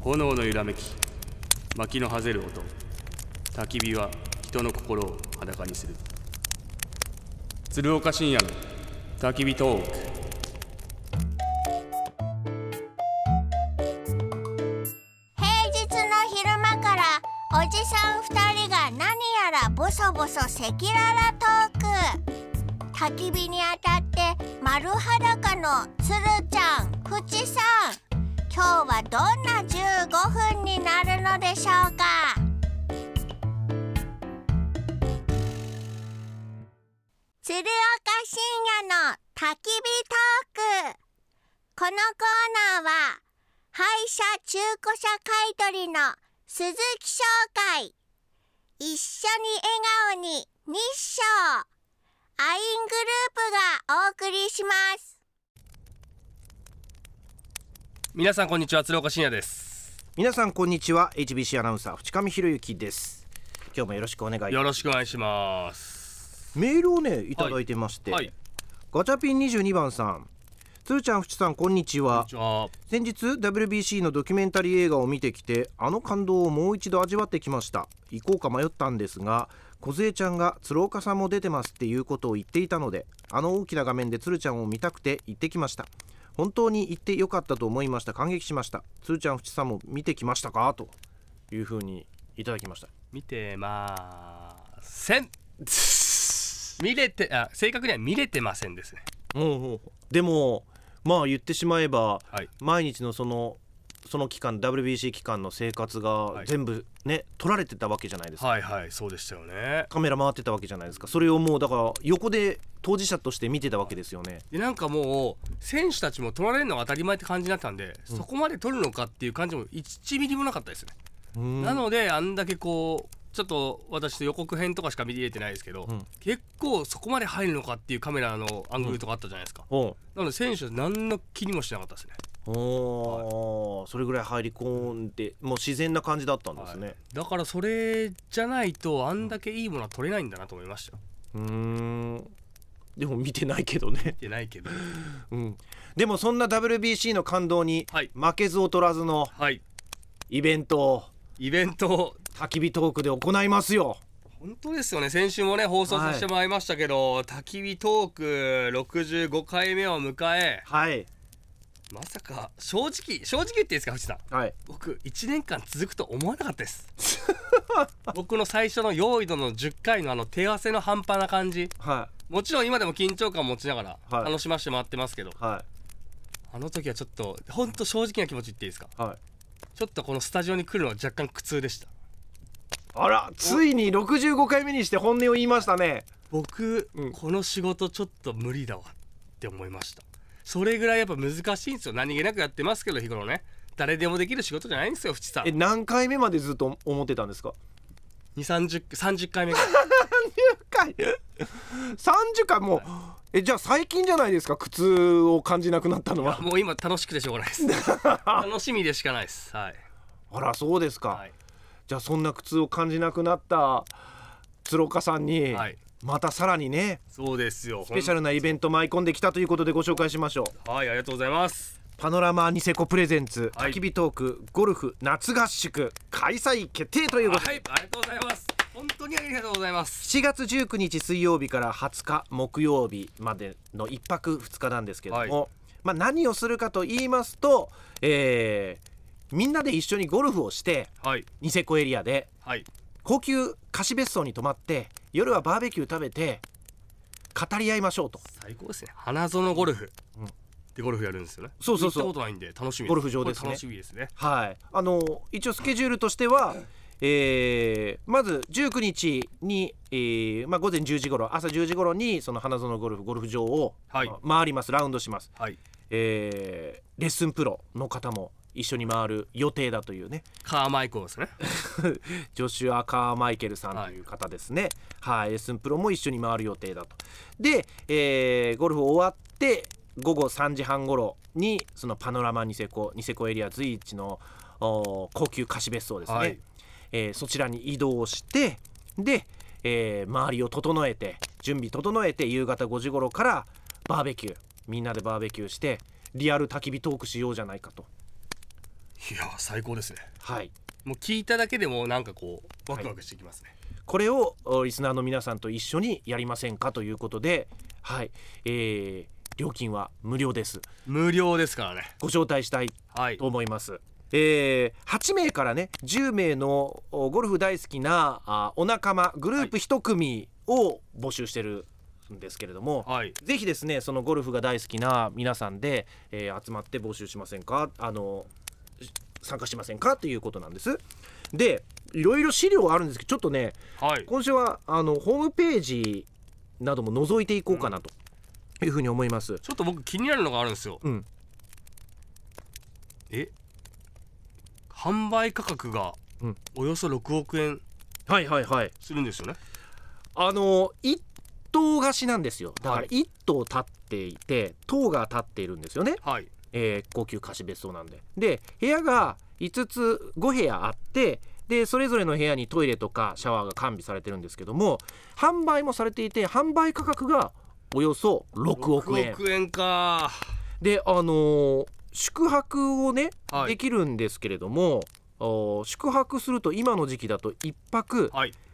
炎の揺らめき、薪のはぜる音、焚き火は人の心を裸にする。鶴岡深夜の焚き火トーク。 平日の昼間からおじさん2人が何やらボソボソ赤裸々トーク。焚き火に当たって丸裸のつるちゃん、ふちさん、今日はどんな15分になるのでしょうか。鶴岡深夜の焚き火トーク。このコーナーは廃車中古車買取の鈴木商会、一緒に笑顔に日照、アイングループがお送りします。 皆さんこんにちは、鶴岡深夜です。 皆さんこんにちは、 HBC アナウンサー淵上博之です。今日もよろしくお願いします。 よろしくお願いします。 メールをねいただいてまして、ガチャピン22番さん、つるちゃん、ふちさん、こんにちは。先日 WBC のドキュメンタリー映画を見てきて、あの感動をもう一度味わってきました。行こうか迷ったんですが、梢ちゃんが鶴岡さんも出てますっていうことを言っていたので、あの大きな画面でつるちゃんを見たくて行ってきました。本当に行ってよかったと思いました。感激しました。つるちゃん、ふちさんも見てきましたか、というふうにいただきました。 見てません正確には見れてませんですね。 でもまあ言ってしまえば、毎日のその期間 WBC 期間の生活が全部ね、撮られてたわけじゃないですか。 そうでしたよね。 カメラ回ってたわけじゃないですか。それをもうだから横で当事者として見てたわけですよね。 でなんかもう選手たちも撮られるのが当たり前って感じになったんで、そこまで撮るのかっていう感じも1ミリもなかったですね。なのであんだけこうちょっと私予告編とかしか見れてないですけど、結構そこまで入るのかっていうカメラのアングルとかあったじゃないですか。なので選手は何の気にもしなかったですね。 それぐらい入り込んでもう自然な感じだったんですね。 だからそれじゃないとあんだけいいものは撮れないんだなと思いました。 でも見てないけどね。 見てないけど、 でもそんな WBC の感動に負けず劣らずのイベントを焚き火トークで行いますよ。 本当ですよね。先週もね放送させてもらいましたけど、焚き火トーク65回目を迎え、まさか正直言っていいですか、藤さん。僕1年間続くと思わなかったです僕の最初の用意度の10回の手合わせの半端な感じ、もちろん今でも緊張感を持ちながら楽しませてもらってますけど、あの時はちょっと本当正直な気持ち言っていいですか。ちょっとこのスタジオに来るのは若干苦痛でした。 あら、ついに65回目にして本音を言いましたね。 僕、この仕事ちょっと無理だわって思いました。それぐらいやっぱ難しいんですよ。何気なくやってますけど日頃ね、誰でもできる仕事じゃないんですよ、淵さん。 何回目までずっと思ってたんですか。 30回目ぐらい 30回もうじゃあ最近じゃないですか、苦痛を感じなくなったのは。 もう今楽しくてしょうがないです楽しみでしかないです。あら、そうですか。じゃあそんな苦痛を感じなくなった鶴岡さんに、またさらにね、 そうですよ、 スペシャルなイベント舞い込んできたということでご紹介しましょう。 ありがとうございます。 パノラマニセコプレゼンツ焚き火トークゴルフ夏合宿開催決定ということで、 ありがとうございます。本当にありがとうございます。 7月19日水曜日から20日木曜日までの1泊2日なんですけども、何をするかと言いますと、みんなで一緒にゴルフをして、ニセコエリアで、高級貸別荘に泊まって夜はバーベキュー食べて語り合いましょうと。 最高ですね。花園ゴルフ、でゴルフやるんですよね。 そう行ったことないんで楽しみです。 ゴルフ場ですね。 楽しみですね。 一応スケジュールとしては、まず19日に、午前10時頃朝10時頃にその花園ゴルフ場を、回ります。ラウンドします。レッスンプロの方も一緒に回る予定だというね。 カーマイケルですねジョシュア・カーマイケルさんという方ですね。レッスンプロも一緒に回る予定だと。で、ゴルフ終わって午後3時半頃にそのパノラマニセコエリア随一の高級貸別荘ですね、そちらに移動して、で、周りを整えて準備整えて夕方5時頃からバーベキュー、みんなでバーベキューしてリアル焚き火トークしようじゃないかと。 いや最高ですね。 はい、 もう聞いただけでもなんかこうワクワクしてきますね。 これをリスナーの皆さんと一緒にやりませんかということで、はい、料金は無料です。 無料ですからね。 ご招待したいと思います。8名からね10名のゴルフ大好きなお仲間グループ1組を募集してるんですけれども、はい、ぜひですねそのゴルフが大好きな皆さんで、集まって募集しませんか、参加しませんかということなんです。でいろいろ資料あるんですけどちょっとね、はい、今週はホームページなども覗いていこうかなというふうに思います。 ちょっと僕気になるのがあるんですよ。販売価格がおよそ6億円するんですよね。 1棟貸しなんですよ。だから1棟建っていて棟が建っているんですよね。はい、高級貸別荘なんで。で部屋が5部屋あって、でそれぞれの部屋にトイレとかシャワーが完備されてるんですけども、販売もされていて販売価格がおよそ6億円。 6億円か。 で宿泊をね、はい、できるんですけれども、宿泊すると今の時期だと1泊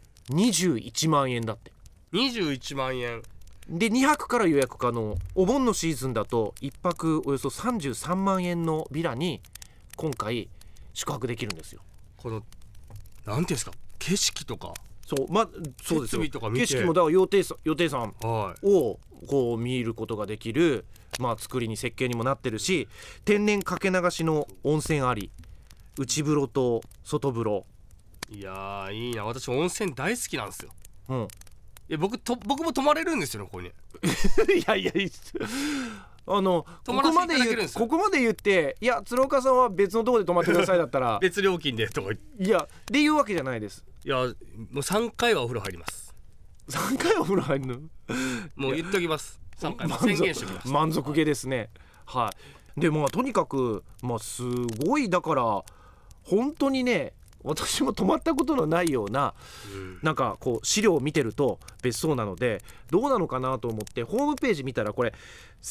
21万円だって。 21万円で2泊から予約可能。お盆のシーズンだと1泊およそ33万円のビラに今回宿泊できるんですよ。 このなんていうんですか、景色とかそうですよ。景色もだから予定山をこう見ることができる、作りに設計にもなってるし、天然かけ流しの温泉あり、内風呂と外風呂。 いやーいいな。私温泉大好きなんですよ。僕も泊まれるんですよねここに。いやここまで言って、いや鶴岡さんは別のところで泊まってくださいだったら別料金でとかで言うわけじゃないです。 いやもう3回はお風呂入ります。 3回はお風呂入るのもう言っときます。3回宣言しておきます。 満足げですね。はい。でとにかくすごい、だから本当にね私も泊まったことのないような、なんかこう資料を見てると別荘なのでどうなのかなと思ってホームページ見たら、これ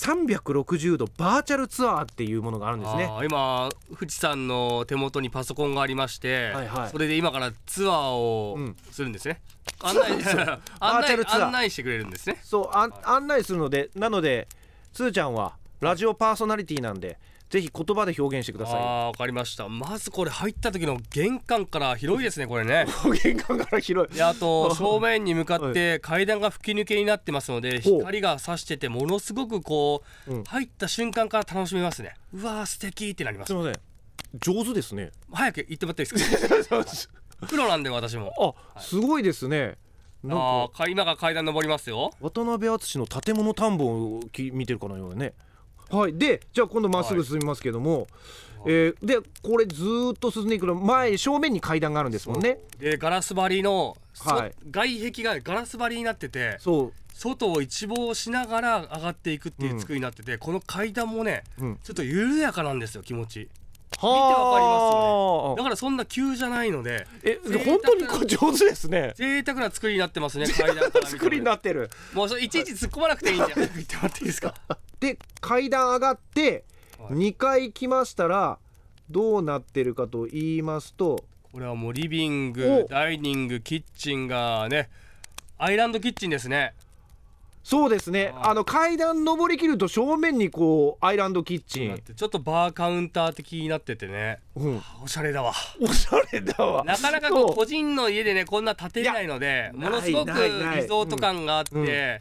360度バーチャルツアーっていうものがあるんですね。 今藤さんの手元にパソコンがありまして、それで今からツアーをするんですね。案内してくれるんですね。 そう案内するので、なのでつーちゃんはラジオパーソナリティなんでぜひ言葉で表現してください。 わかりました。まずこれ入った時の玄関から広いですねこれね。 玄関から広い。 であと正面に向かって階段が吹き抜けになってますので、光が差しててものすごくこう、入った瞬間から楽しめますね。うわー素敵ってなります。 すいません、上手ですね。 早く言ってもらっていいですか。プロなんで私も。 すごいですね。 今が階段登りますよ。 渡辺篤の建物探訪を見てるかのようね。はい、でじゃあ今度まっすぐ進みますけども、でこれずっと進んでいくの正面に階段があるんですもんね。 でガラス張りの、外壁がガラス張りになってて、外を一望しながら上がっていくっていう作りになってて、この階段もね、ちょっと緩やかなんですよ。気持ち見てわかりますよね。だからそんな急じゃないので、 本当に上手ですね。 贅沢な作りになってますね。階段から作りになってる。 もういちいち突っ込まなくていいんじゃない言ってもらっていいですか。 で階段上がって2階来ましたらどうなってるかと言いますと、 これはもうリビング、ダイニング、キッチンがね、アイランドキッチンですね。 そうですね。階段上りきると正面にこうアイランドキッチン、 ちょっとバーカウンター的になっててね、おしゃれだわ。なかなか個人の家でねこんな建てないので、ものすごくリゾート感があって、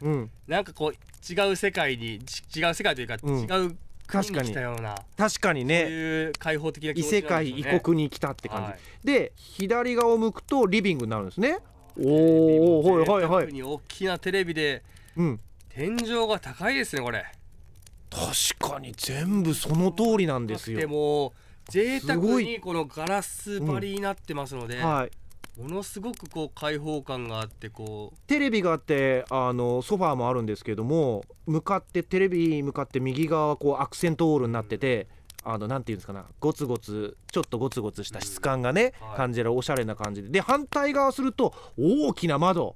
なんかこう違う世界というか、違う国に来たような、 確かにね、 そういう開放的な気持ち異世界異国に来たって感じ、で左側を向くとリビングになるんですね。 特に大きなテレビで、天井が高いですねこれ。 確かに全部その通りなんですよ。 でも贅沢にこのガラス張りになってますので、ものすごくこう開放感があって、こうテレビがあってソファーもあるんですけども、テレビに向かって右側はこうアクセントウォールになってて、なんていうんですかな、ちょっとゴツゴツした質感がね、感じるおしゃれな感じで、反対側すると大きな窓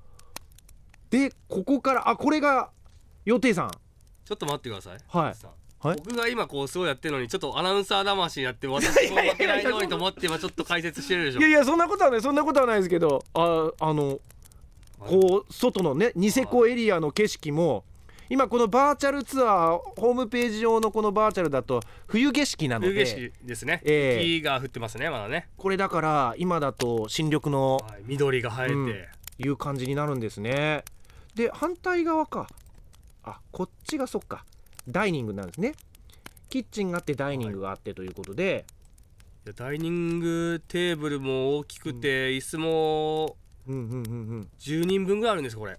で、ここからこれが予定さん。 ちょっと待ってください。 はい、 僕が今こうすごいやってるのにちょっとアナウンサー魂になって私も負けないようにと思って今ちょっと解説してるでしょ。 いやいやそんなことはない、そんなことはないですけど、こう外のねニセコエリアの景色も今このバーチャルツアーホームページ上のこのバーチャルだと冬景色なので、 冬景色ですね、雪が降ってますねまだね。 これだから今だと新緑の、 緑が生えて、 いう感じになるんですね。で反対側か、こっちがそっかダイニングなんですね。キッチンがあってダイニングがあってということで、 いやダイニングテーブルも大きくて、椅子も10人分ぐらいあるんですこれ。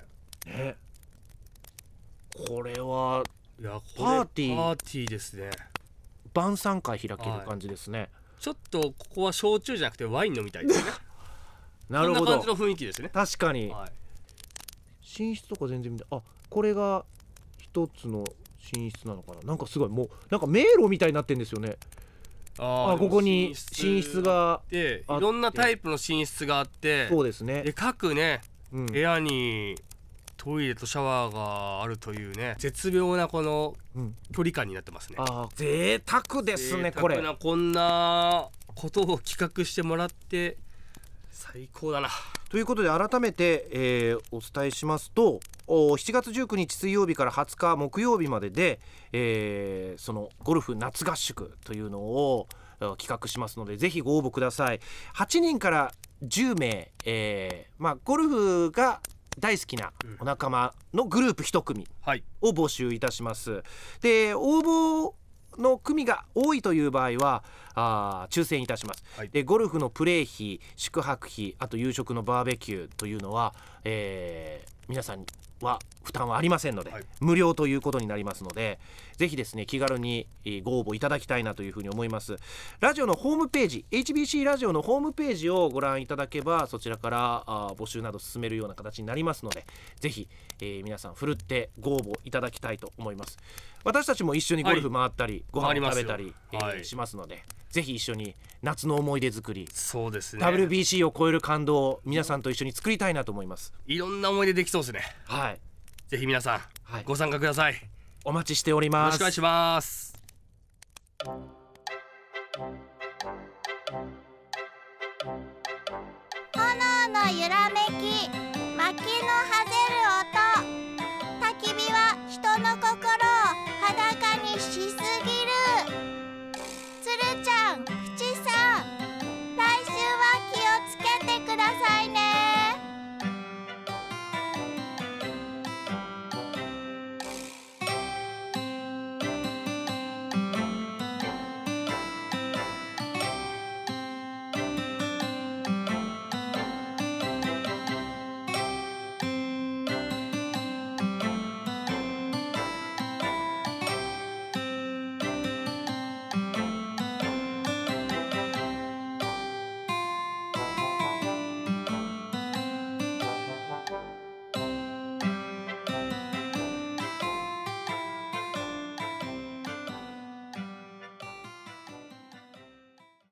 これはいやパーティーですね。 晩餐会開ける感じですね。 ちょっとここは焼酎じゃなくてワイン飲みたいですね。 なるほど。 こんな感じの雰囲気ですね。 確かに、寝室とか全然見て、これが一つの寝室なのかな。なんかすごいもうなんか迷路みたいになってんですよね。ここに寝室があって、 いろんなタイプの寝室があって、 そうですね。 で各ね、部屋にトイレとシャワーがあるというね絶妙なこの距離感になってますね。 贅沢ですねこれ。 こんなことを企画してもらって最高だなということで改めて、お伝えしますと7月19日水曜日から20日木曜日までで、そのゴルフ夏合宿というのを企画しますのでぜひご応募ください。8人から10名、ゴルフが大好きなお仲間のグループ1組を募集いたします。で応募の組が多いという場合は抽選いたします。でゴルフのプレー費、宿泊費、あと夕食のバーベキューというのは、皆さんは負担はありませんので、無料ということになりますのでぜひですね気軽にご応募いただきたいなというふうに思います。ラジオのホームページ HBC ラジオのホームページをご覧いただけばそちらから募集など進めるような形になりますのでぜひ、皆さんふるってご応募いただきたいと思います。私たちも一緒にゴルフ回ったり、ご飯を食べたり、しますのでぜひ一緒に夏の思い出作り、 そうですね、 WBC を超える感動を皆さんと一緒に作りたいなと思います。 いろんな思い出できそうですね。ぜひ皆さん、ご参加ください。 お待ちしております。 よろしくお願いします。 炎の揺らめき、薪の葉